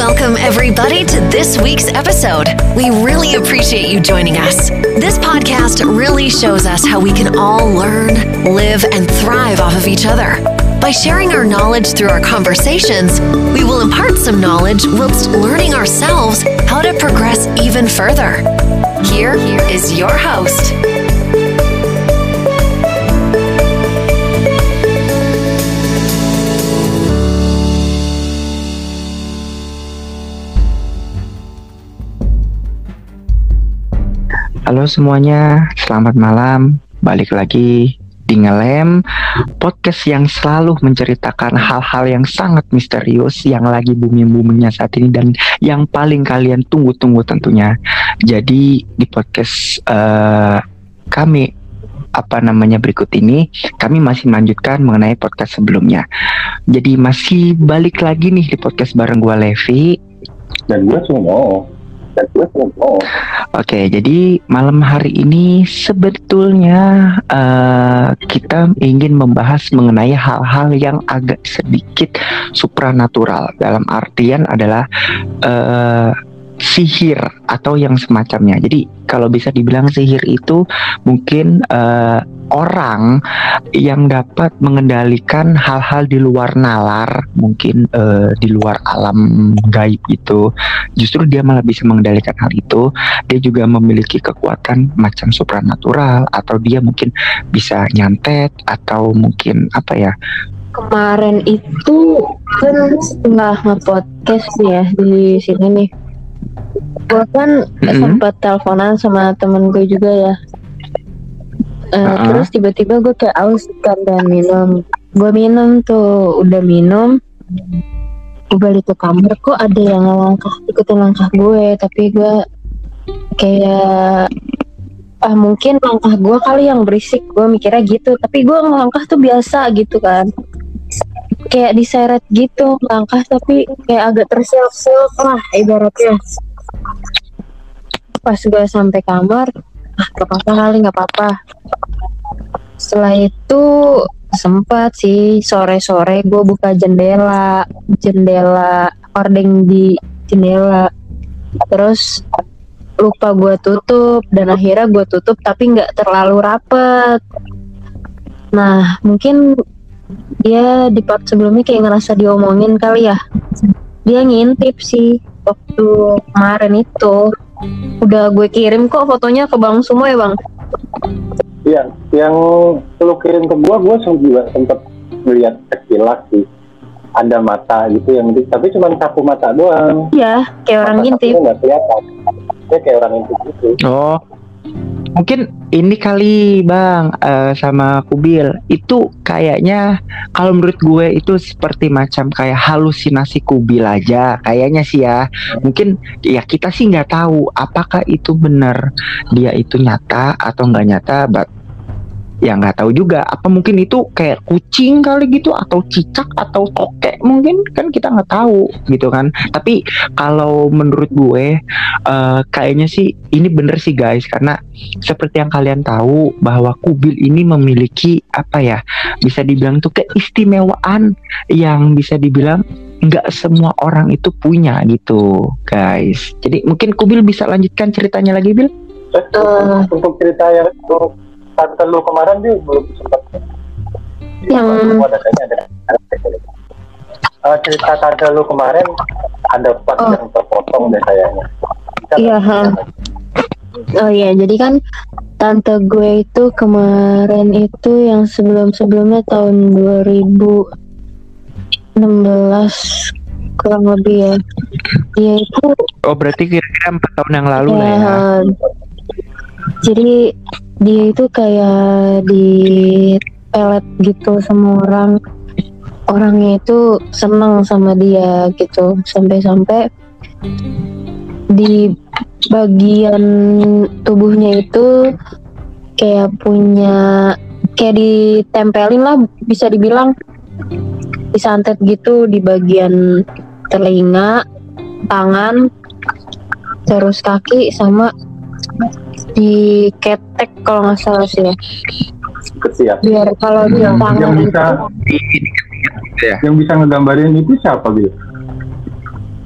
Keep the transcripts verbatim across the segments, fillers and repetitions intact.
Welcome, everybody, to this week's episode. We really appreciate you joining us. This podcast really shows us how we can all learn, live, and thrive off of each other. By sharing our knowledge through our conversations, we will impart some knowledge whilst learning ourselves how to progress even further. Here is your host. Halo semuanya, selamat malam. Balik lagi di Ngelem, podcast yang selalu menceritakan hal-hal yang sangat misterius yang lagi booming-boomingnya saat ini dan yang paling kalian tunggu-tunggu tentunya. Jadi di podcast uh, kami apa namanya berikut ini, kami masih melanjutkan mengenai podcast sebelumnya. Jadi masih balik lagi nih di podcast bareng gue Levi dan gue Sumo. Oke, okay, jadi malam hari ini sebetulnya uh, kita ingin membahas mengenai hal-hal yang agak sedikit supranatural. Dalam artian adalah uh, sihir atau yang semacamnya. Jadi kalau bisa dibilang sihir itu mungkin uh, orang yang dapat mengendalikan hal-hal di luar nalar, mungkin uh, di luar alam gaib itu. Justru dia malah bisa mengendalikan hal itu. Dia juga memiliki kekuatan macam supranatural, atau dia mungkin bisa nyantet, atau mungkin apa ya. Kemarin itu kan setelah nge-podcast ya di sini nih, gue kan mm-hmm. sempat teleponan sama temen gue juga ya. Uh, uh-huh. Terus tiba-tiba gue kayak aus kan dan minum. Gue minum tuh, udah minum. Gue balik ke kamar, kok ada yang langkah, ikutin langkah gue. Tapi gue kayak, ah mungkin langkah gue kali yang berisik. Gue mikirnya gitu. Tapi gue ngelangkah tuh biasa gitu kan. Kayak diseret gitu langkah, tapi kayak agak tersiok-siok lah ibaratnya. Pas gue sampai kamar, ah gak apa-apa kali, gak apa-apa. Setelah itu sempat sih sore-sore gue buka jendela, jendela hordeng di jendela. Terus lupa gue tutup dan akhirnya gue tutup tapi gak terlalu rapet. Nah mungkin dia di part sebelumnya kayak ngerasa diomongin kali ya. Dia ngintip sih waktu kemarin itu. Udah gue kirim kok fotonya ke Bang Sumo ya Bang. Iya, yang lu kirim ke gua, gua juga sempet melihat sekilas sih. Ada mata gitu yang tapi cuma sapu mata doang. Iya, kayak mata orang ngintip. Nggak kelihatan. Dia kayak orang ngintip gitu. Oh, mungkin ini kali Bang uh, sama Kubil itu kayaknya kalau menurut gue itu seperti macam kayak halusinasi Kubil aja kayaknya sih ya. Mungkin ya kita sih nggak tahu apakah itu benar dia itu nyata atau nggak nyata, but ya nggak tahu juga. Apa mungkin itu kayak kucing kali gitu, atau cicak, atau tokek, mungkin kan kita nggak tahu gitu kan. Tapi kalau menurut gue uh, kayaknya sih ini bener sih guys, karena seperti yang kalian tahu bahwa Kubil ini memiliki apa ya, bisa dibilang tuh keistimewaan yang bisa dibilang nggak semua orang itu punya gitu guys. Jadi mungkin Kubil bisa lanjutkan ceritanya lagi, Bil. Uh, untuk cerita yang itu tante lu kemarin dia belum sempat yang ada uh, cerita tante lu kemarin ada part oh. yang terpotong deh kayaknya. Iya. Oh iya, jadi kan tante gue itu kemarin itu yang sebelum-sebelumnya tahun dua ribu enam belas kurang lebih ya. Dia itu oh berarti kira-kira empat tahun yang lalu ya, lah ya. Jadi dia itu kayak di pelet gitu sama orang. Orangnya itu seneng sama dia gitu. Sampai-sampai di bagian tubuhnya itu kayak punya, kayak ditempelin lah, bisa dibilang disantet gitu di bagian telinga, tangan, terus kaki, sama di ketek kalau nggak salah sih ya. Kesiap. Biar kalau di yang, tangan yang bisa, itu, ya. Yang bisa ngegambarin itu siapa, Bil?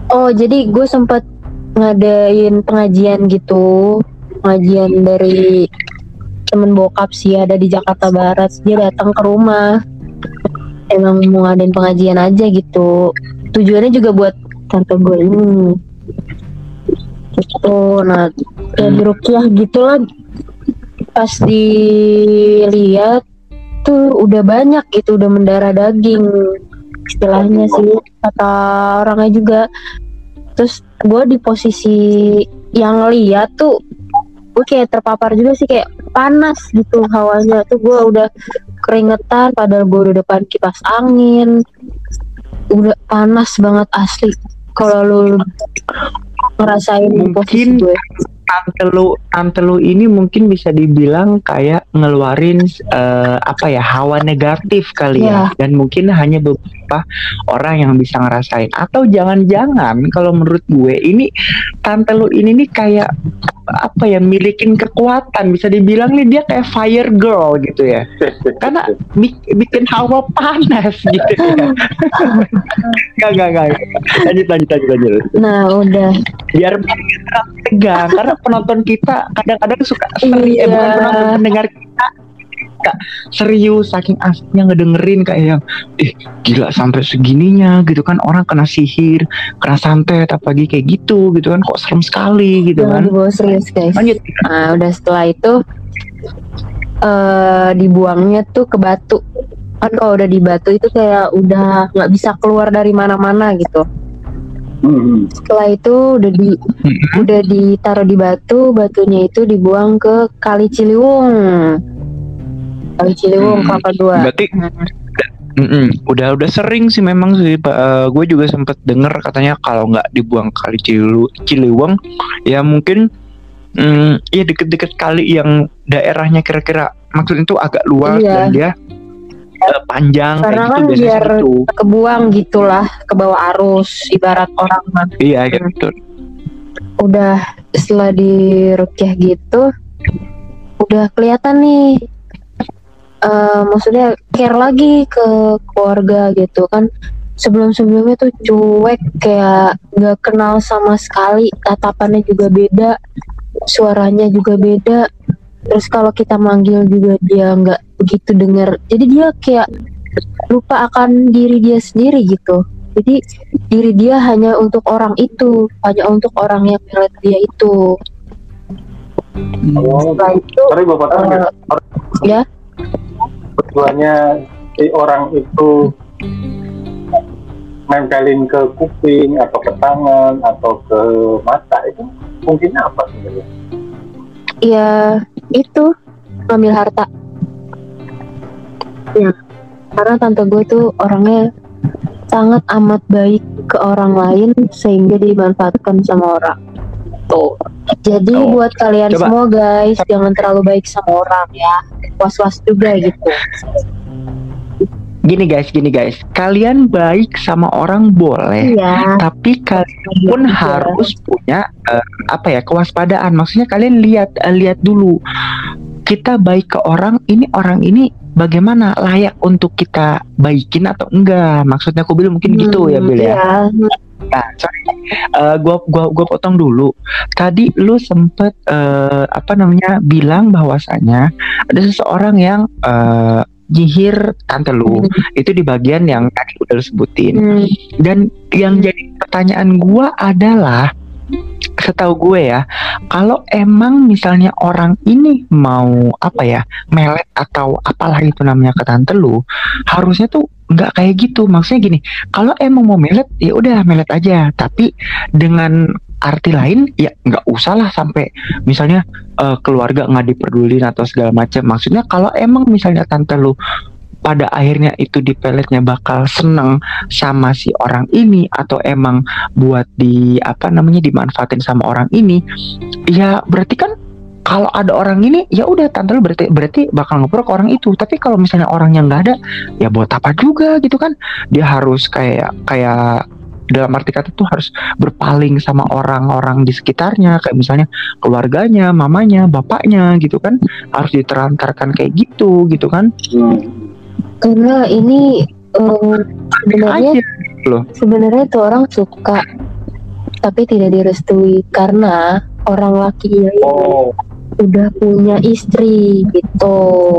Oh, jadi gue sempat ngadain pengajian gitu, pengajian dari temen bokap sih, ada di Jakarta Barat. Dia datang ke rumah, emang mau ngadain pengajian aja gitu. Tujuannya juga buat tante gue ini. Gitu. Nah, kayak di ruqyah gitulah. Pas dilihat tuh udah banyak gitu, udah mendarah daging istilahnya sih kata orangnya juga. Terus gue di posisi yang lihat tuh gue kayak terpapar juga sih, kayak panas gitu hawanya tuh. Gue udah keringetan padahal gue udah depan kipas angin, udah panas banget asli. Kalau lu ngerasain posisi Mungkin gue, tante lu tante lu ini mungkin bisa dibilang kayak ngeluarin eh, apa ya, hawa negatif kali ya. Dan mungkin hanya beberapa orang yang bisa ngerasain. Atau jangan-jangan kalau menurut gue ini tante lu ini nih kayak apa ya, milikin kekuatan, bisa dibilang nih dia kayak fire girl gitu ya, karena bik- bikin hawa panas gitu ya. Gak gak gak lanjut lanjut lanjut lanjut. nah udah Biar kita tegang, karena penonton kita kadang-kadang suka seri, Iya. eh bukan penonton, pendengar kita suka serius saking asiknya ngedengerin kayak yang eh gila sampai segininya gitu kan, orang kena sihir, kena santet apalagi kayak gitu gitu kan, kok serem sekali gitu jangan kan. dibawa serius guys. Lanjut. Nah udah setelah itu eh dibuangnya tuh ke batu. Kan kalau udah di batu itu kayak udah nggak bisa keluar dari mana-mana gitu. Hmm. Setelah itu udah di udah ditaruh di batu, batunya itu dibuang ke Kali Ciliwung. Kali Ciliwung Hmm, Kelapa Dua. berarti Mm-mm. udah udah sering sih memang sih, Pak. Eh, gue juga sempet denger katanya kalau nggak dibuang Kali Cilu- Ciliwung ya mungkin mm, ya deket-deket kali yang daerahnya kira-kira maksudnya itu agak luas Iya. dan dia eh, panjang Karena kayak gitu kan biasanya biar gitu. kebuang gitulah, ke bawah arus ibarat orang mah. Iya ya betul. Udah setelah diruqyah gitu udah kelihatan nih eh maksudnya care lagi ke keluarga gitu kan. Sebelum-sebelumnya tuh cuek, kayak nggak kenal sama sekali, tatapannya juga beda, suaranya juga beda. Terus kalau kita manggil juga dia nggak begitu dengar, jadi dia kayak lupa akan diri dia sendiri gitu. Jadi diri dia hanya untuk orang itu, hanya untuk orang yang melihat dia itu. Oh, Setelah itu sorry gue potong ya. eh, ya Tujuannya si orang itu nempelin ke kuping atau ke tangan atau ke mata, itu fungsinya apa sebenarnya? ya itu ngambil harta. Ya, karena tante gue tuh orangnya sangat amat baik ke orang lain sehingga dimanfaatkan sama orang. Tuh. Jadi Oh, buat kalian coba. semua guys, jangan terlalu baik sama orang ya. Was-was juga gitu. Gini guys, gini guys, kalian baik sama orang boleh, Iya. tapi kalian pun Iya. harus punya eh, apa ya, kewaspadaan. Maksudnya kalian lihat eh, lihat dulu, kita baik ke orang ini, orang ini bagaimana, layak untuk kita baikin atau enggak. Maksudnya aku bilang mungkin gitu ya, Bil ya. Iya. Nah, sorry, eh, gua gua gua potong dulu. Tadi lu sempet eh, apa namanya bilang bahwasanya ada seseorang yang eh, nyihir tante lu, itu di bagian yang tadi udah lu sebutin. Hmm. Dan yang jadi pertanyaan gua adalah, setahu gue ya, kalau emang misalnya orang ini mau apa ya, melet atau apalah itu namanya ke tante lu, harusnya tuh nggak kayak gitu. Maksudnya gini, kalau emang mau melet ya udah melet aja, tapi dengan arti lain ya nggak usah lah sampai misalnya eh, keluarga nggak diperdulin atau segala macam. Maksudnya kalau emang misalnya tante lu pada akhirnya itu di peletnya bakal seneng sama si orang ini, atau emang buat di apa namanya dimanfaatin sama orang ini, ya berarti kan kalau ada orang ini ya udah tante lu berarti berarti bakal ngeprok orang itu. Tapi kalau misalnya orang yang nggak ada, ya buat apa juga gitu kan. Dia harus kayak kayak dalam arti kata tuh harus berpaling sama orang-orang di sekitarnya, kayak misalnya keluarganya, mamanya, bapaknya gitu kan, harus ditelantarkan kayak gitu gitu kan. Karena ini eh, sebenarnya Aja loh. sebenarnya tuh orang suka tapi tidak direstui karena orang laki ini Oh, udah punya istri gitu.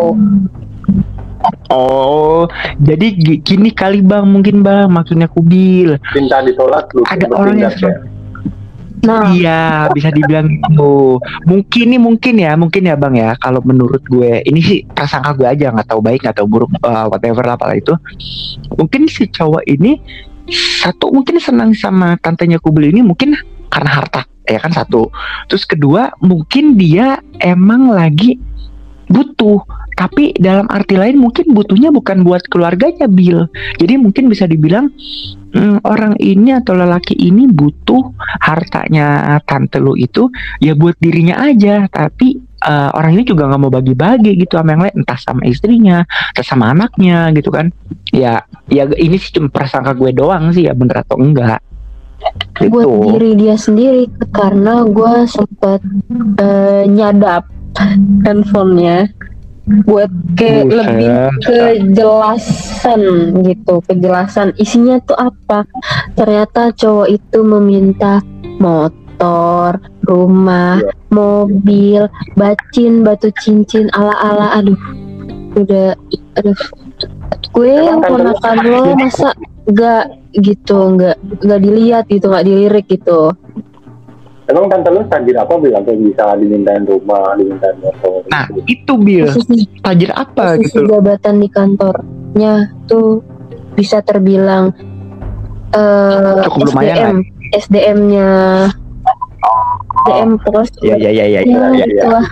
Oh, jadi gi- gini kali bang, mungkin bang, maksudnya Kubil. cinta ditolak lu Ada bertindak orang yang ya. selalu- Nah, Iya, bisa dibilang gitu. Mungkin nih, mungkin ya, mungkin ya bang ya. Kalau menurut gue, ini sih prasangka gue aja, nggak tahu baik, nggak tahu buruk, uh, whatever lah apalah itu. Mungkin si cowok ini satu mungkin senang sama tantenya Kubil ini mungkin karena harta, ya kan satu. Terus kedua, mungkin dia emang lagi butuh, tapi dalam arti lain mungkin butuhnya bukan buat keluarganya Bill. Jadi mungkin bisa dibilang hmm, orang ini atau lelaki ini butuh hartanya tante lu itu ya buat dirinya aja, tapi uh, orang ini juga nggak mau bagi-bagi gitu sama yang lain, entah sama istrinya, entah sama anaknya gitu kan. Ya, ya ini sih cuma prasangka gue doang sih ya, bener atau enggak. buat Gitu. diri dia sendiri karena gue sempat eh, nyadap handphonenya buat ke Buset. lebih kejelasan gitu, kejelasan isinya tuh apa. Ternyata cowok itu meminta motor, rumah, Iya. mobil, bacin, batu cincin ala-ala. Aduh, udah, aduh. Gue yang ponakan lo masa gak gitu, nggak nggak dilihat gitu, nggak dilirik gitu. Emang tante lu tajir apa bilang tuh bisa dimintain rumah, dimintain motor? Nah, gitu. itu Bill, Posisi, tajir apa posisi gitu loh. jabatan di kantornya tuh bisa terbilang eh Cukup lumayan lah. S D M, S D M-nya, S D M pokoknya. Ya ya ya ya. Ya, ya, ya. gitu lah.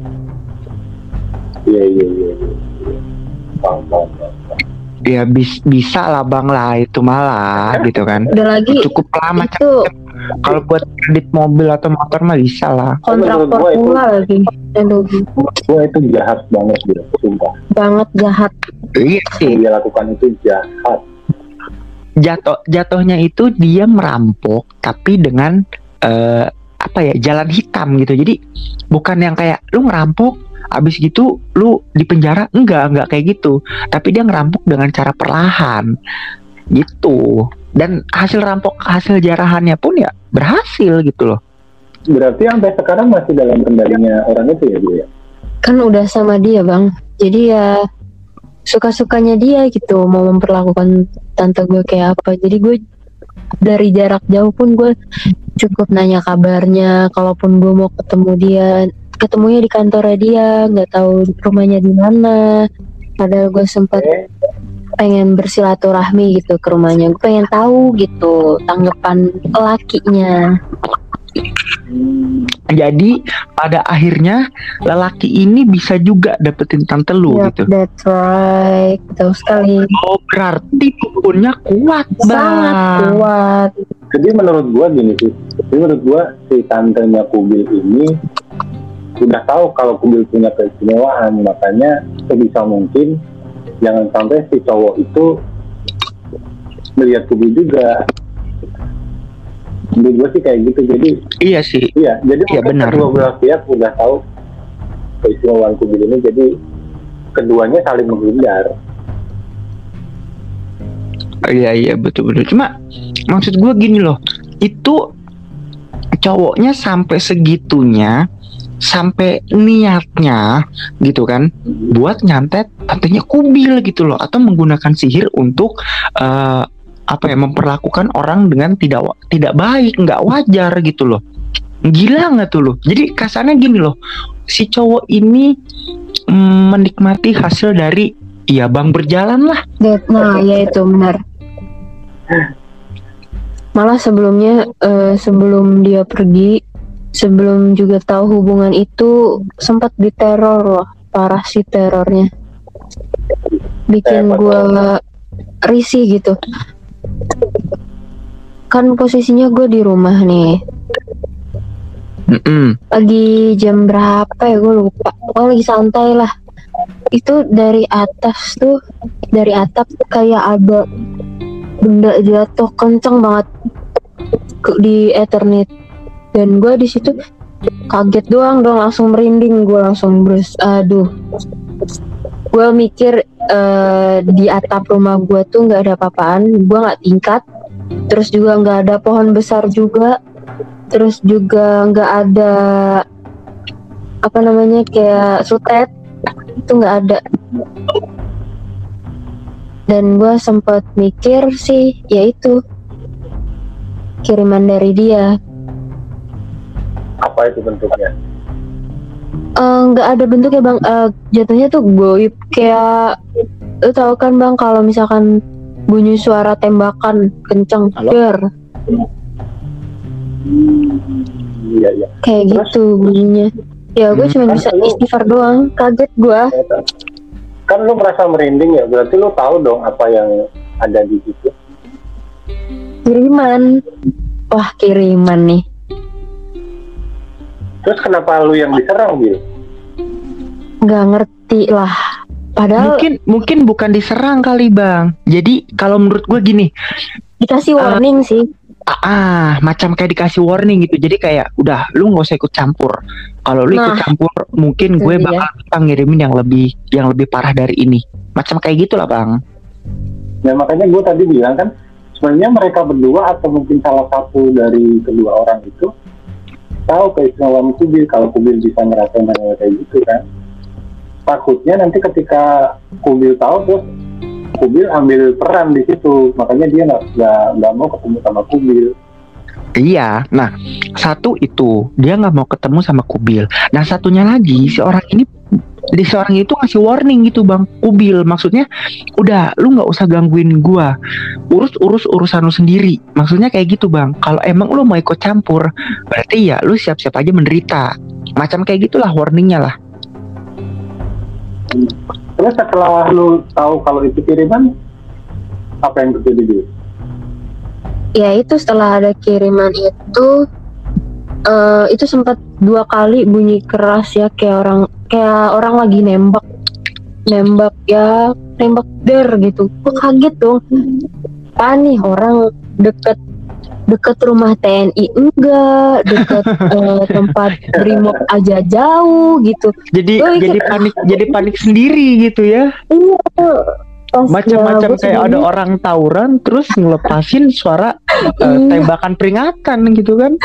Iya iya iya. iya. Paham, paham, paham. Ya bis, bisa lah bang lah itu malah gitu kan. Udah lagi Cukup lama itu kalau buat kredit mobil atau motor mah bisa lah. kontrak Menurut gua itu- formula lagi. Aduh, Gue itu jahat banget gitu, sumpah. banget jahat. Iya sih. Yang dia lakukan itu jahat. Jatuh jatuhnya itu dia merampok tapi dengan eh, apa ya, jalan hitam gitu. Jadi bukan yang kayak lu ngerampok abis gitu lu di penjara, enggak enggak kayak gitu. Tapi dia ngerampok dengan cara perlahan gitu. Dan hasil rampok, hasil jarahannya pun ya berhasil gitu loh. Berarti sampai sekarang masih dalam kendalinya orang itu ya dia. Kan udah sama dia bang, jadi ya suka-sukanya dia gitu mau memperlakukan tante gue kayak apa. Jadi gue dari jarak jauh pun gue cukup nanya kabarnya. Kalaupun gue mau ketemu dia, ketemunya di kantornya dia, nggak tahu rumahnya di mana. Padahal gue sempat Eh, pengen bersilaturahmi gitu ke rumahnya. Gue pengen tahu gitu tanggapan lakinya. Jadi pada akhirnya lelaki ini bisa juga dapetin tante lu Yep, gitu. that's right. Betul sekali. Oh berarti dukunnya kuat Sangat bang. kuat. jadi menurut gua gini sih. Jadi menurut gua si tantenya Kubil ini udah tahu kalau Kubil punya keistimewaan, makanya sebisa mungkin jangan sampai si cowok itu melihat Kubil juga. Menurut gua sih kayak gitu. Jadi Iya sih. iya, jadi Iya, mungkin benar. kedua belah pihak udah tahu keistimewaan Kubil ini, jadi keduanya saling menghindar. Iya iya betul betul. Cuma maksud gue gini loh, itu cowoknya sampai segitunya, sampai niatnya gitu kan, buat nyantet tantenya Kubil gitu loh, atau menggunakan sihir untuk eh, apa ya, memperlakukan orang dengan tidak wa- tidak baik, nggak wajar gitu loh. Gila nggak tuh loh? Jadi kasarnya gini loh, si cowok ini mm, menikmati hasil dari ya bang berjalan lah. That, nah, ya itu benar. Malah sebelumnya eh, sebelum dia pergi, sebelum juga tahu hubungan itu sempat diteror loh, parah sih terornya. Bikin Hebat gue risih gitu. Kan posisinya gue di rumah nih. Mm-mm. Lagi jam berapa ya gue lupa. Pokoknya lagi santai lah. Itu dari atas tuh, dari atap kayak ada benda jatuh kenceng banget ke- di Eternit. Dan gue di situ kaget doang dong, langsung merinding. Gue langsung berus, aduh. Gue mikir eh, di atap rumah gue tuh nggak ada apa-apaan. Gue nggak tingkat. Terus juga nggak ada pohon besar juga. terus juga nggak ada apa namanya kayak sutet, itu nggak ada. Dan gue sempat mikir sih, yaitu kiriman dari dia. Apa itu bentuknya? Nggak uh, ada bentuknya bang, uh, jatuhnya tuh goib. Kayak lu tahu kan bang, kalau misalkan bunyi suara tembakan kenceng, der. Iya iya. Kayak terus? Gitu bunyinya. Ya gue hmm, cuma kan bisa lu, istighfar doang, kaget gue. Kan lu merasa merinding ya, berarti lu tahu dong apa yang ada di situ. Kiriman. Wah, kiriman nih. Terus kenapa lu yang diserang, Bil? Nggak ngerti lah. Padahal mungkin mungkin bukan diserang kali, Bang. Jadi kalau menurut gue gini, dikasih warning uh, sih. Ah, ah, macam kayak dikasih warning gitu. Jadi kayak udah lu nggak usah ikut campur. Kalau lu nah, ikut campur, mungkin gue bakal ya. ngirimin yang lebih yang lebih parah dari ini. Macam kayak gitulah, Bang. Ya makanya gue tadi bilang kan, sebenarnya mereka berdua atau mungkin salah satu dari kedua orang itu tahu keistimewaan Kubil. Kalau Kubil bisa ngerasain hal kayak gitu kan, takutnya nanti ketika Kubil tahu terus Kubil ambil peran di situ, makanya dia nggak nggak mau ketemu sama Kubil. Iya, nah satu itu dia nggak mau ketemu sama Kubil. Nah satunya lagi si orang ini, di seorang itu ngasih warning gitu bang, Kubil maksudnya udah lu nggak usah gangguin gua, urus urus urusan lu sendiri. Maksudnya kayak gitu bang. Kalau emang lu mau ikut campur, berarti ya lu siap-siap aja menderita. Macam kayak gitulah warningnya lah. Terus setelah lu tahu kalau itu kiriman, apa yang terjadi dulu? Ya itu setelah ada kiriman itu, uh, itu sempat dua kali bunyi keras ya, kayak orang kayak orang lagi nembak, nembak ya nembak der gitu. Gue kaget dong, apa nih orang deket deket rumah T N I enggak, deket uh, tempat Brimob aja jauh gitu. Jadi oh, jadi ikut, panik, ah, jadi panik sendiri gitu ya. Iya. Macam-macam kayak ada orang tawuran terus ngelepasin suara uh, tembakan peringatan gitu kan.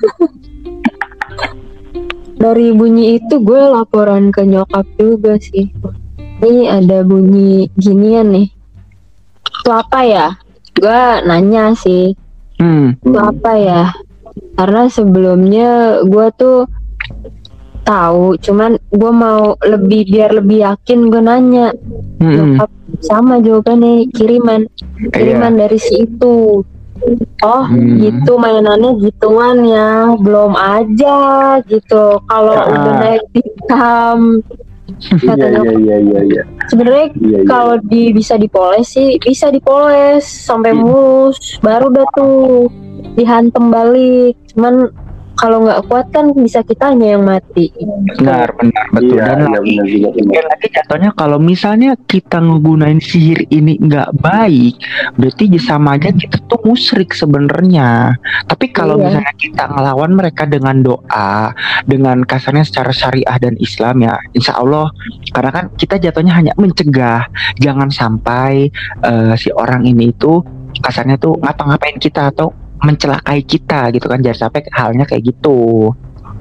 Dari bunyi itu gue laporan ke nyokap juga sih. Ini ada bunyi ginian nih. Itu apa ya? Gue nanya sih. Hmm. Itu apa ya? Karena sebelumnya gue tuh tahu, cuman gue mau lebih biar lebih yakin gue nanya. Hmm. Nyokap sama jawabannya, kiriman kiriman yeah. dari si itu. Oh hmm. gitu, mainannya gituan ya, belum aja gitu kalau uh. udah naik tikam. Iya iya iya iya. Sebenarnya iya, iya. kalau di bisa dipoles sih bisa dipoles sampai iya. mulus, baru dah tuh dihantem balik. Cuman kalau nggak kuat kan bisa kitanya yang mati. Benar, benar, betul. Iya, dan iya, lagi, benar, benar, benar. lagi jatuhnya kalau misalnya kita ngegunain sihir ini nggak baik, berarti sama aja kita tuh musyrik sebenarnya. Tapi kalau iya. misalnya kita ngelawan mereka dengan doa, dengan kasarnya secara syariah dan Islam ya, insya Allah. Karena kan kita jatuhnya hanya mencegah, jangan sampai uh, si orang ini itu kasarnya tuh ngapa-ngapain kita atau mencelakai kita gitu kan, jangan sampai halnya kayak gitu.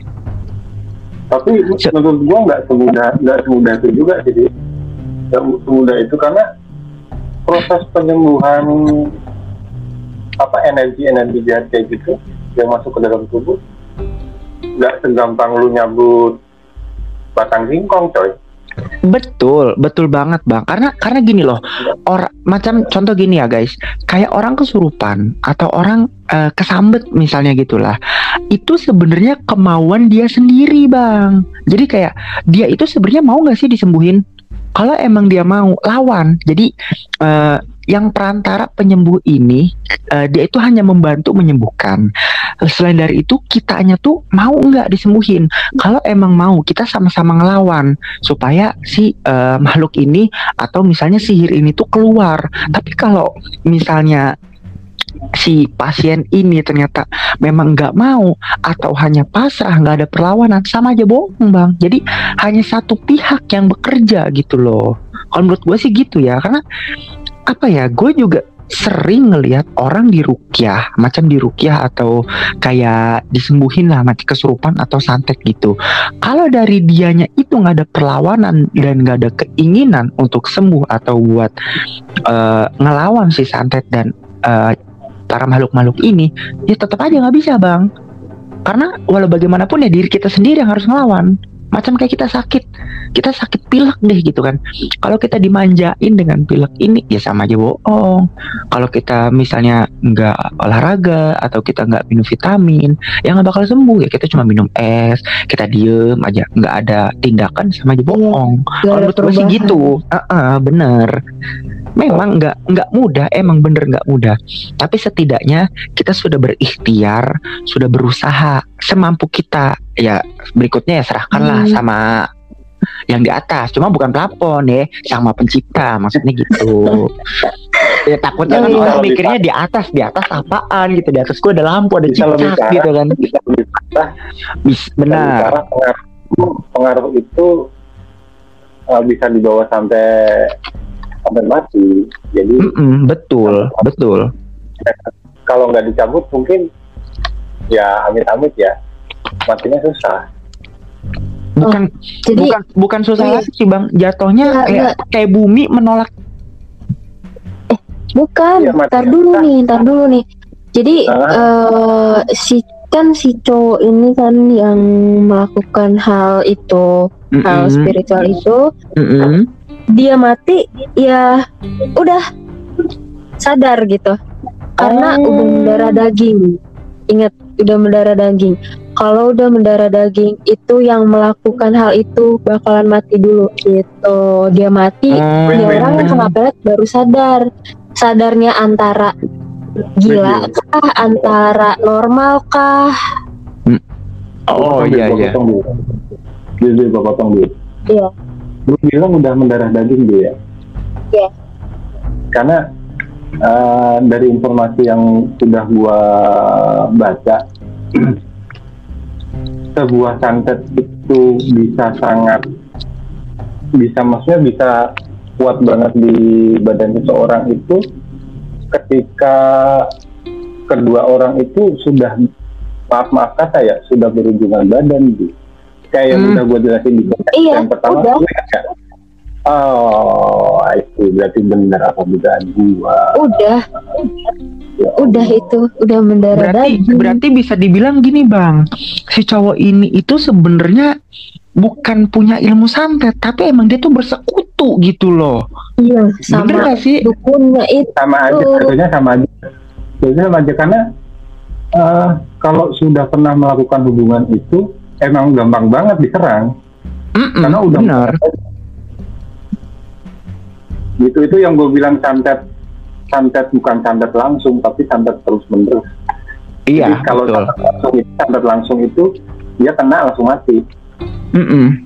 Tapi so, menurut gua nggak semudah nggak semudah itu juga sih, nggak semudah itu karena proses penyembuhan apa energi-energi jahat kayak gitu yang masuk ke dalam tubuh nggak segampang lu nyabut batang singkong, coy. Betul, betul banget bang. Karena karena gini loh, orang macam contoh gini ya guys, kayak orang kesurupan atau orang uh, kesambet misalnya gitulah, itu sebenarnya kemauan dia sendiri bang. Jadi kayak dia itu sebenarnya mau nggak sih disembuhin? Kalau emang dia mau, lawan. Jadi uh, yang perantara penyembuh ini uh, dia itu hanya membantu menyembuhkan. Selain dari itu kitanya tuh mau nggak disembuhin. Kalau emang mau, kita sama-sama ngelawan supaya si uh, makhluk ini atau misalnya sihir ini tuh keluar. Tapi kalau misalnya si pasien ini ternyata memang nggak mau atau hanya pasrah, nggak ada perlawanan, sama aja bohong bang. Jadi hanya satu pihak yang bekerja gitu loh. Kalau menurut gue sih gitu ya, karena apa ya, gue juga sering ngelihat orang diruqyah, macam diruqyah atau kayak disembuhin lah, mati kesurupan atau santet gitu. Kalau dari dianya itu nggak ada perlawanan dan nggak ada keinginan untuk sembuh atau buat uh, ngelawan si santet dan uh, para makhluk-makhluk ini, ya tetap aja nggak bisa bang. Karena walau bagaimanapun ya diri kita sendiri yang harus ngelawan. Macam kayak kita sakit, kita sakit pilek deh gitu kan. Kalau kita dimanjain dengan pilek ini, ya sama aja bohong. Kalau kita misalnya nggak olahraga atau kita nggak minum vitamin, ya nggak bakal sembuh. Ya kita cuma minum es, kita diem aja, nggak ada tindakan, sama aja bohong. Iya, Kalau menurut gue sih gitu, uh-uh, bener. Memang nggak nggak mudah, emang bener nggak mudah. Tapi setidaknya kita sudah berikhtiar, sudah berusaha semampu kita. Ya berikutnya ya serahkanlah hmm. sama yang di atas. Cuma bukan plafon ya, sama pencipta, maksudnya gitu. Ya takutnya kan Bisa orang lebih mikirnya di atas, di atas apaan gitu. Di atas gue ada lampu, ada Bisa lebih cicak parah, gitu kan. bisa lebih parah. Bis, Bisa benar. lebih parah, pengaruh, pengaruh itu uh, bisa dibawa sampai sampai mati. Jadi Mm-mm, betul, betul. kalau nggak dicabut mungkin ya amit-amit ya, matinya susah. Bukan jadi- bukan bukan susah Iya. lagi sih bang, jatuhnya Nggak, kayak nggak. kayak bumi menolak. Bukan, Iya, mati. ntar dulu nih, ntar dulu nih. Jadi Ah. eh, si kan si cowok ini kan yang melakukan hal itu, hal Mm-mm, spiritual itu, mm-mm. dia mati ya udah sadar gitu. Karena Oh. udah mendarah daging. Ingat, udah mendarah daging. Kalau udah mendarah daging itu yang melakukan hal itu bakalan mati dulu gitu. Dia mati, Oh. dia orang yang kena pelet baru sadar. Sadarnya antara gila kah, antara normal kah? Oh iya iya. Dia dia gua potong dulu. Iya. Lu bilang udah mendarah daging dia. Iya. Karena uh, dari informasi yang sudah gua baca, sebuah santet itu bisa sangat bisa maksudnya bisa kuat banget di badan seseorang itu ketika kedua orang itu sudah maaf maaf kata ya sudah berhubungan badan gitu. Kayak yang Hmm. udah gue jelasin di podcast Iya, yang pertama udah. gue kan. Oh, itu berarti benar apa dugaan gua. Udah, Ya udah Allah. itu, udah mendarah Berarti daging. berarti bisa dibilang gini bang, si cowok ini itu sebenarnya bukan punya ilmu santet, tapi emang dia tuh bersekutu gitu loh. Iya, Bener sama gak sih? dukunnya itu. Sama aja, sebetulnya sama aja. Sebetulnya sama aja karena eh, kalau sudah pernah melakukan hubungan itu emang gampang banget diserang. Mm-mm, Karena udah benar. Gitu itu yang gue bilang santet santet bukan santet langsung tapi santet terus menerus. Iya Jadi kalau betul. santet langsung itu, santet langsung itu dia kena langsung mati. Mm-mm.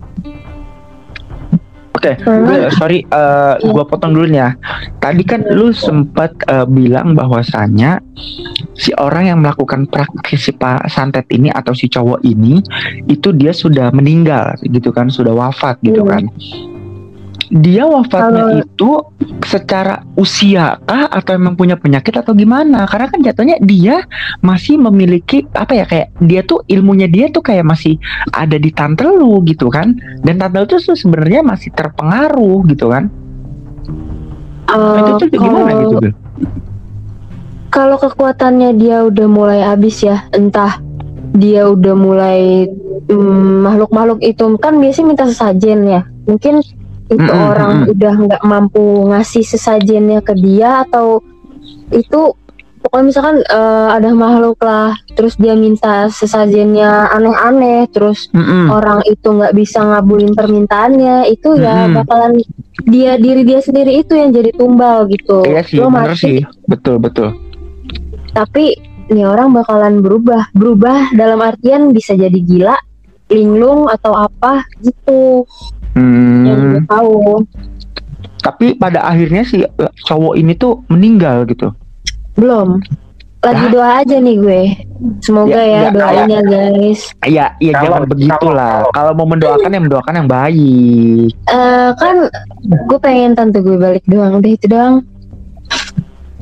Oke, gue sorry, uh, gue potong dulu nih ya. Tadi kan lu sempat uh, bilang bahwasannya si orang yang melakukan praktis si pa- santet ini atau si cowok ini itu dia sudah meninggal gitu kan, sudah wafat gitu Iya. kan. Dia wafatnya Kalau- itu secara usia kah atau emang punya penyakit atau gimana? Karena kan jatuhnya dia masih memiliki apa ya, kayak dia tuh ilmunya dia tuh kayak masih ada di tante lu gitu kan, dan tante lu tuh sebenarnya masih terpengaruh gitu kan. Nah, Eh, itu tuh gimana kalau- gitu Bil? Kalau kekuatannya dia udah mulai habis ya, entah dia udah mulai mm, makhluk-makhluk itu kan biasanya minta sesajen ya. Mungkin itu Mm-mm, orang mm-mm. udah nggak mampu ngasih sesajennya ke dia, atau itu pokoknya misalkan eh, ada makhluk lah, terus dia minta sesajennya aneh-aneh, terus Mm-mm. orang itu nggak bisa ngabulin permintaannya, itu ya Mm-mm. bakalan dia diri dia sendiri itu yang jadi tumbal gitu. Iya sih, Lo bener mati, sih, betul betul. tapi nih orang bakalan berubah berubah dalam artian bisa jadi gila, linglung atau apa gitu yang gue Hmm, tahu. tapi pada akhirnya si uh, cowok ini tuh meninggal gitu. Belum, lagi Hah? doa aja nih gue, semoga Ya, ya, nggak doain ya guys. Ya, ya Kalau- jangan begitulah. kalau- Kalau mau mendoakan ya mendoakan yang baik. Eh kan gue pengen tante gue balik doang, udah itu doang.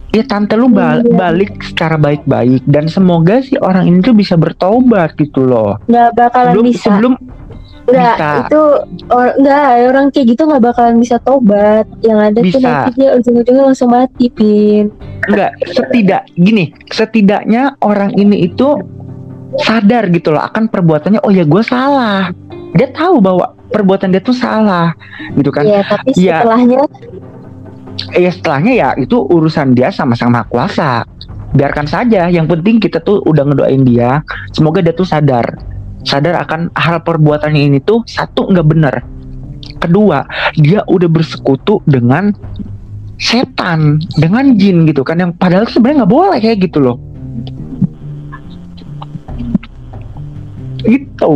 ya tante lu ba- Iya. balik secara baik-baik dan semoga si orang ini tuh bisa bertobat gitu loh. Nggak bakalan Sebelum bisa. sebelum Nggak, bisa. itu or, nggak, orang kayak gitu nggak bakalan bisa tobat. Yang ada tuh Bisa. nanti dia ujung-ujungnya langsung mati, Pin. enggak setidak gini, setidaknya orang ini itu sadar gitu loh akan perbuatannya. Oh ya gue salah. Dia tahu bahwa perbuatan dia tuh salah gitu kan. Iya, tapi Iya. setelahnya Ya setelahnya ya itu urusan dia sama sang maha kuasa. Biarkan saja. Yang penting kita tuh udah ngedoain dia. Semoga dia tuh sadar, sadar akan hal perbuatannya ini tuh satu nggak benar. Kedua, dia udah bersekutu dengan setan, dengan jin gitu kan. Yang padahal sebenarnya nggak boleh kayak gitu loh. Gitu.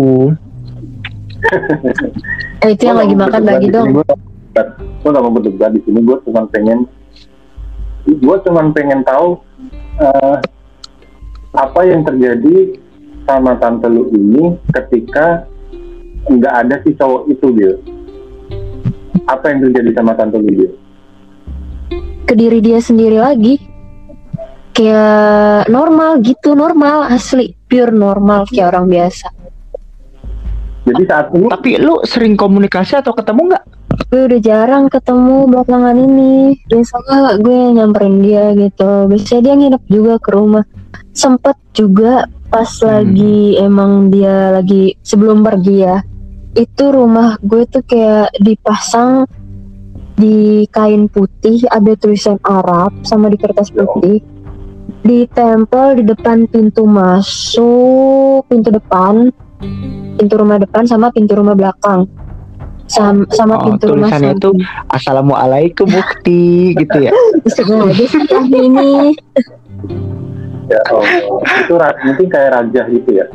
eh, itu yang lagi makan lagi dong. Gue gak mau berdebat di sini. Gue cuma pengen, gue cuma pengen tahu uh, apa yang terjadi sama tante lu ini ketika nggak ada si cowok itu, Bil. Apa yang terjadi sama tante lu, Bil? Ke diri dia sendiri lagi. Kayak normal gitu, normal asli, pure normal kayak orang biasa. Jadi saat ini Tapi lu sering komunikasi atau ketemu nggak? Gue udah jarang ketemu belakangan ini. Biasanya gue nyamperin dia gitu. Biasanya dia nginep juga ke rumah. Sempet juga pas Hmm. lagi emang dia lagi sebelum pergi ya. Itu rumah gue tuh kayak dipasang di kain putih, ada tulisan Arab sama di kertas putih. Ditempel di depan pintu masuk, pintu depan, pintu rumah depan sama pintu rumah belakang. Sam- sama Oh, pintu rumah tulisannya itu samping. Assalamualaikum Mukti gitu ya. Sengaja sih yang ini. ya, oh, itu ra- mungkin kayak raja gitu ya.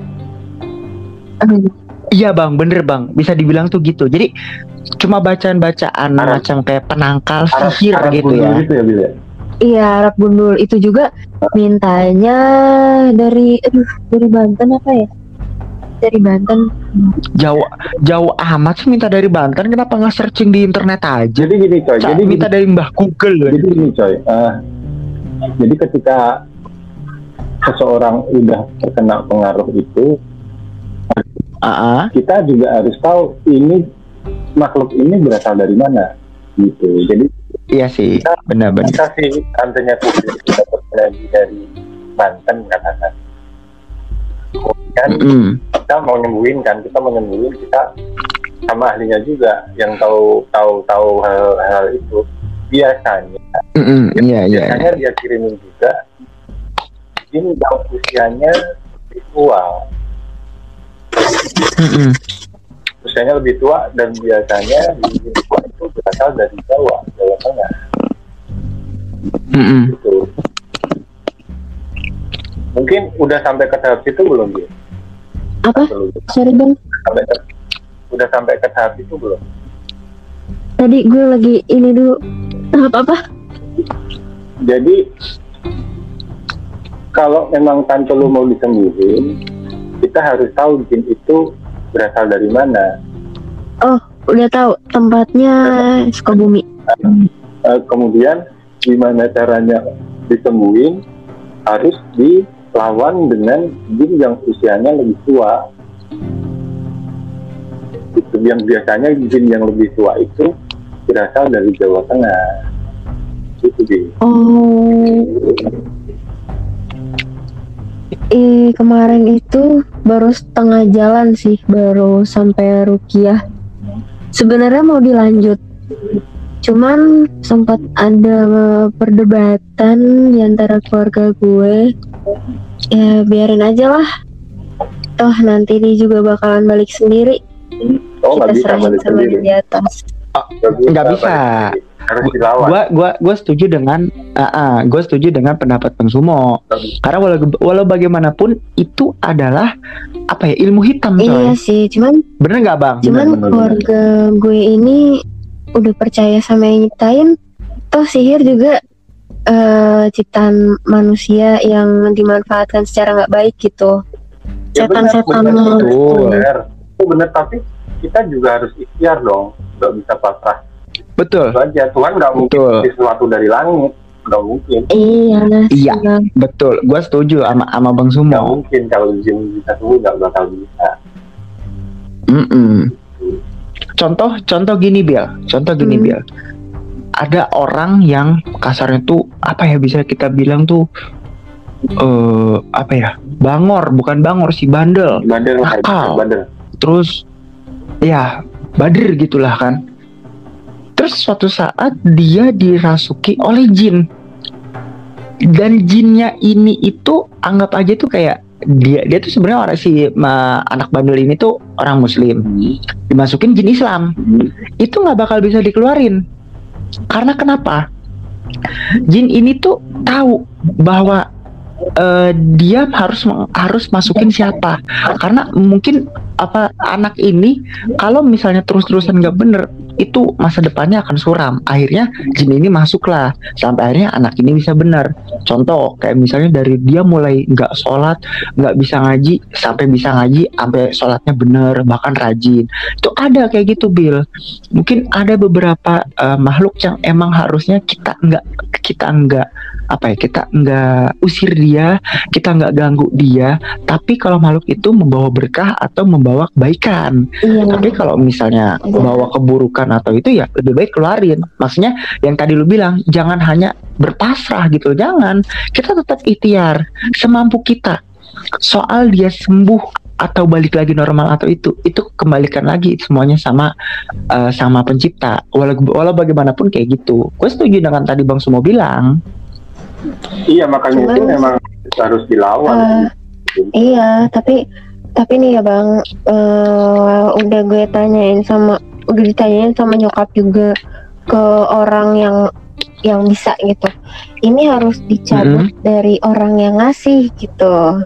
Iya bang, bener bang, bisa dibilang tuh gitu. Jadi cuma bacaan-bacaan Arab. macam kayak penangkal Arab, sihir Arab gitu gundul ya. gitu ya, Bil ya? Iya, Arab gundul itu juga mintanya dari aduh, dari Banten apa ya? Dari Banten. Jauh jauh amat sih minta dari Banten, kenapa nggak searching di internet aja? Jadi gini coy, Ca- jadi gini, minta dari Mbah Google. jadi gini coy. eh, jadi ketika seseorang udah terkena pengaruh itu, Ah, kita juga harus tahu ini makhluk ini berasal dari mana gitu. Jadi iya sih, benar-benar. kita sih tantenya Kubil itu dapat lagi dari Banten katakan. Kemudian Mm-mm. kita mau nyembuhin kan, kita mau nyembuhin kita sama ahlinya juga yang tahu tahu tahu hal-hal itu. Biasanya, Mm-mm, Iya iya. biasanya dia kirimin juga ini yang usianya lebih tua, Mm-mm. usianya lebih tua dan biasanya di tua itu berasal dari Jawa, Jawa Tengah Mm-mm. gitu. Mungkin udah sampai ke tahap itu belum dia? Apa? Belum. Sorry Bang. Sampai ke, udah sampai ke tahap itu belum? Tadi gue lagi ini dulu. Tahap apa? Jadi kalau memang tante lu mau disembuhin, kita harus tahu jin itu berasal dari mana. Oh, udah tahu tempatnya Sukabumi. Uh, kemudian gimana caranya disembuhin, harus dilawan dengan jin yang usianya lebih tua. Itu yang biasanya jin yang lebih tua itu berasal dari Jawa Tengah. Itu dia. Oh. Eh kemarin itu baru setengah jalan sih, baru sampai Rukiah. Sebenarnya mau dilanjut, cuman sempat ada perdebatan di antara keluarga gue. Ya biarin aja lah. Toh nanti dia juga bakalan balik sendiri. Oh, nggak Kita bisa serahin balik sama sendiri. dia di atas. Nggak bisa. balik sendiri. Harus dilawan. Gua gua gua setuju dengan uh, uh, gua setuju dengan pendapat Bang Sumo. Karena walau, walau bagaimanapun itu adalah apa ya, ilmu hitam Iya coy. sih, cuman Bener nggak bang? cuman benar, benar. keluarga gue ini udah percaya sama yang nyiptain. Toh sihir juga eh, ciptaan manusia yang dimanfaatkan secara nggak baik gitu. Ya benar, Setan-setannya benar, Betul. benar. Itu benar, tapi kita juga harus ikhtiar dong, nggak bisa pasrah Betul. itu aja. Tuhan nggak mungkin Betul. kasih sesuatu dari langit, nggak mungkin. Iya, Iya. Bang. Betul, gue setuju sama sama Bang Nggak Sumo. mungkin kalau jin bisa sembuh, nggak bakal bisa. Mm-mm. Contoh, contoh gini Bill, contoh gini Hmm. Bill. Ada orang yang kasarnya tuh apa ya bisa kita bilang tuh eh apa ya, bangor, bukan bangor sih, bandel, Bandel lah, nakal. bandel. Terus ya bader gitulah kan. Terus suatu saat dia dirasuki oleh jin, dan jinnya ini itu anggap aja tuh kayak dia dia tuh sebenarnya orang si ma, anak bandel ini tuh orang Muslim, dimasukin jin Islam, itu nggak bakal bisa dikeluarin. Karena kenapa? Jin ini tuh tahu bahwa eh, dia harus harus masukin siapa. Karena mungkin apa anak ini kalau misalnya terus-terusan nggak bener, itu masa depannya akan suram. Akhirnya jin ini masuklah sampai akhirnya anak ini bisa benar. Contoh kayak misalnya dari dia mulai nggak sholat, nggak bisa ngaji, sampai bisa ngaji, sampai sholatnya bener, bahkan rajin. Itu ada kayak gitu Bill. Mungkin ada beberapa uh, makhluk yang emang harusnya kita nggak kita nggak apa ya kita nggak usir dia, kita nggak ganggu dia. Tapi kalau makhluk itu membawa berkah atau membawa kebaikan. Iya. Tapi kalau misalnya bawa keburukan atau itu ya lebih baik keluarin. Maksudnya yang tadi lu bilang jangan hanya berpasrah gitu, jangan. Kita tetap ikhtiar semampu kita. Soal dia sembuh atau balik lagi normal atau itu itu kembalikan lagi semuanya sama uh, sama pencipta. Walau, walau bagaimanapun kayak gitu. Gue setuju dengan tadi Bang Sumo bilang. Iya, makanya Cuman- itu memang harus dilawan. Eh, iya, tapi tapi nih ya Bang, eh, udah gue tanyain sama udah ditanyain sama nyokap juga ke orang yang yang bisa gitu. Ini harus dicabut dari orang yang ngasih gitu.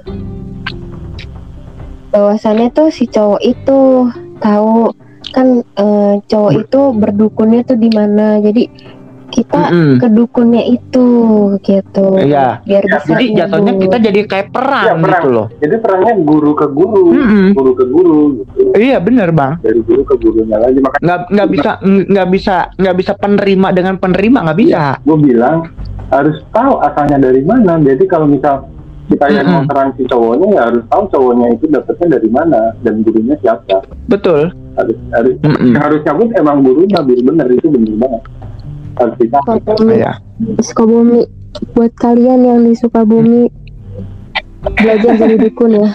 Bahwasannya tuh si cowok itu tahu kan eh, cowok itu berdukunnya tuh di mana. Jadi kita Mm-mm. ke dukunnya itu gitu. Iya. Biar bisa Jadi jatuhnya nyambung. kita jadi kayak perang, Iya, perang. gitu loh. Jadi perangnya guru ke guru, Mm-mm. guru ke guru, gitu. Iya bener Bang. Dari guru ke gurunya lagi. Makanya Nggak nggak bisa nggak bisa nggak bisa penerima dengan penerima, nggak bisa. gue bilang harus tahu asalnya dari mana. Jadi kalau misal kita yang mau Mm-mm. serang si cowoknya, ya harus tahu cowoknya itu dapetnya dari mana dan gurunya siapa. Betul. Harus harus Mm-mm. harus nyabut emang gurunya, biar bener, itu bener banget. Harus dicabut. Sukabumi, Iya. Sukabumi. Buat kalian yang di Sukabumi belajar jadi dukun ya.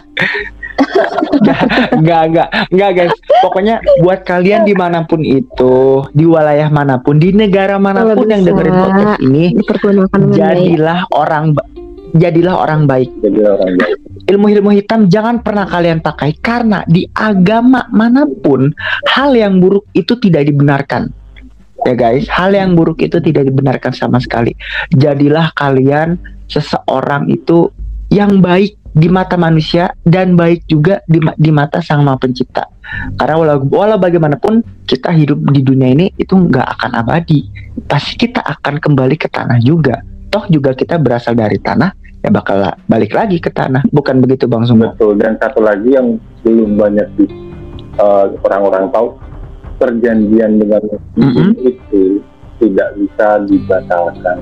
Nggak nggak nggak guys. Pokoknya buat kalian dimanapun itu, di wilayah manapun, di negara manapun Kalau yang bisa, dengerin podcast ini, dipergunakan dengan baik. jadilah orang ba- jadilah orang baik. Jadi orang baik. Ilmu-ilmu hitam jangan pernah kalian pakai, karena di agama manapun hal yang buruk itu tidak dibenarkan. Ya guys, hal yang buruk itu tidak dibenarkan sama sekali. Jadilah kalian seseorang itu yang baik di mata manusia dan baik juga di, ma- di mata Sang Maha Pencipta. Karena walau, walau bagaimanapun kita hidup di dunia ini itu nggak akan abadi. Pasti kita akan kembali ke tanah juga. Toh juga kita berasal dari tanah, ya bakal balik lagi ke tanah. Bukan begitu Bang Sumo? Betul. Dan satu lagi yang belum banyak di, uh, orang-orang tahu, perjanjian dengan Mm-mm. itu tidak bisa dibatalkan.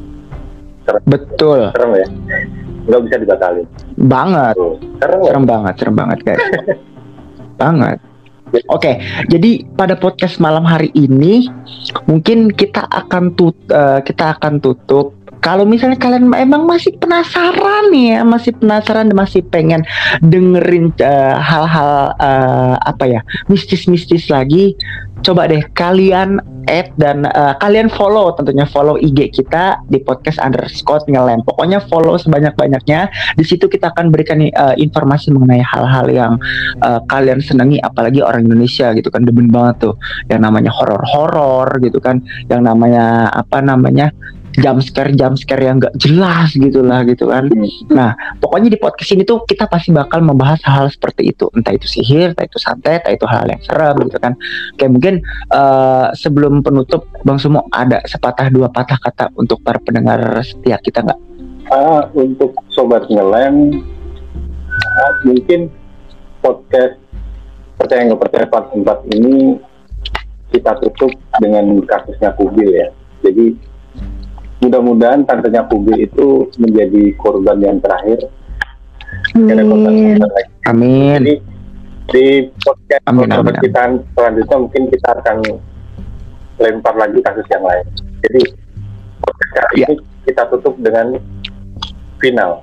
Betul. Serem ya? Nggak bisa dibatalin. Banget. Tuh. Serem ya? Serem banget, serem banget guys. Banget. Oke, jadi pada podcast malam hari ini mungkin kita akan tut uh, kita akan tutup. Kalau misalnya kalian emang masih penasaran nih ya, masih penasaran dan masih pengen dengerin uh, hal-hal uh, apa ya, mistis-mistis lagi, coba deh kalian add dan uh, kalian follow, tentunya follow I G kita di podcast underscore ngelem. Pokoknya follow sebanyak-banyaknya. Di situ kita akan berikan uh, informasi mengenai hal-hal yang uh, kalian senangi, apalagi orang Indonesia gitu kan, demen banget tuh yang namanya horor-horor gitu kan, yang namanya apa namanya jump scare jump scare yang nggak jelas gitulah gitu kan. Nah pokoknya di podcast ini tuh kita pasti bakal membahas hal-hal seperti itu, entah itu sihir, entah itu santet, entah itu hal yang serem gitu kan. Kayak mungkin uh, sebelum penutup Bang Sumo ada sepatah dua patah kata untuk para pendengar setia kita nggak? Ah, untuk sobat ngelem, ah, mungkin podcast percaya nggak percaya part empat ini kita tutup dengan kasusnya Kubil ya. Jadi mudah-mudahan tantenya Kubil itu menjadi korban yang terakhir. Amin. Amin. Jadi di podcast Amin, amin, amin. kita selanjutnya mungkin kita akan lempar lagi kasus yang lain. Jadi podcast kali Ya. ini kita tutup dengan final.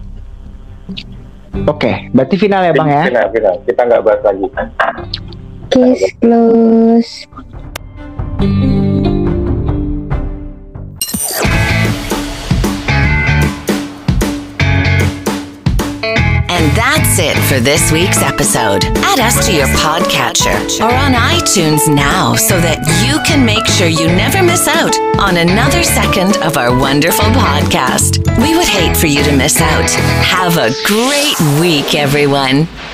Oke, berarti final ya bang ya. Final, final. Kita nggak bahas lagi. Case close. And that's it for this week's episode. Add us to your podcatcher or on iTunes now so that you can make sure you never miss out on another second of our wonderful podcast. We would hate for you to miss out. Have a great week, everyone.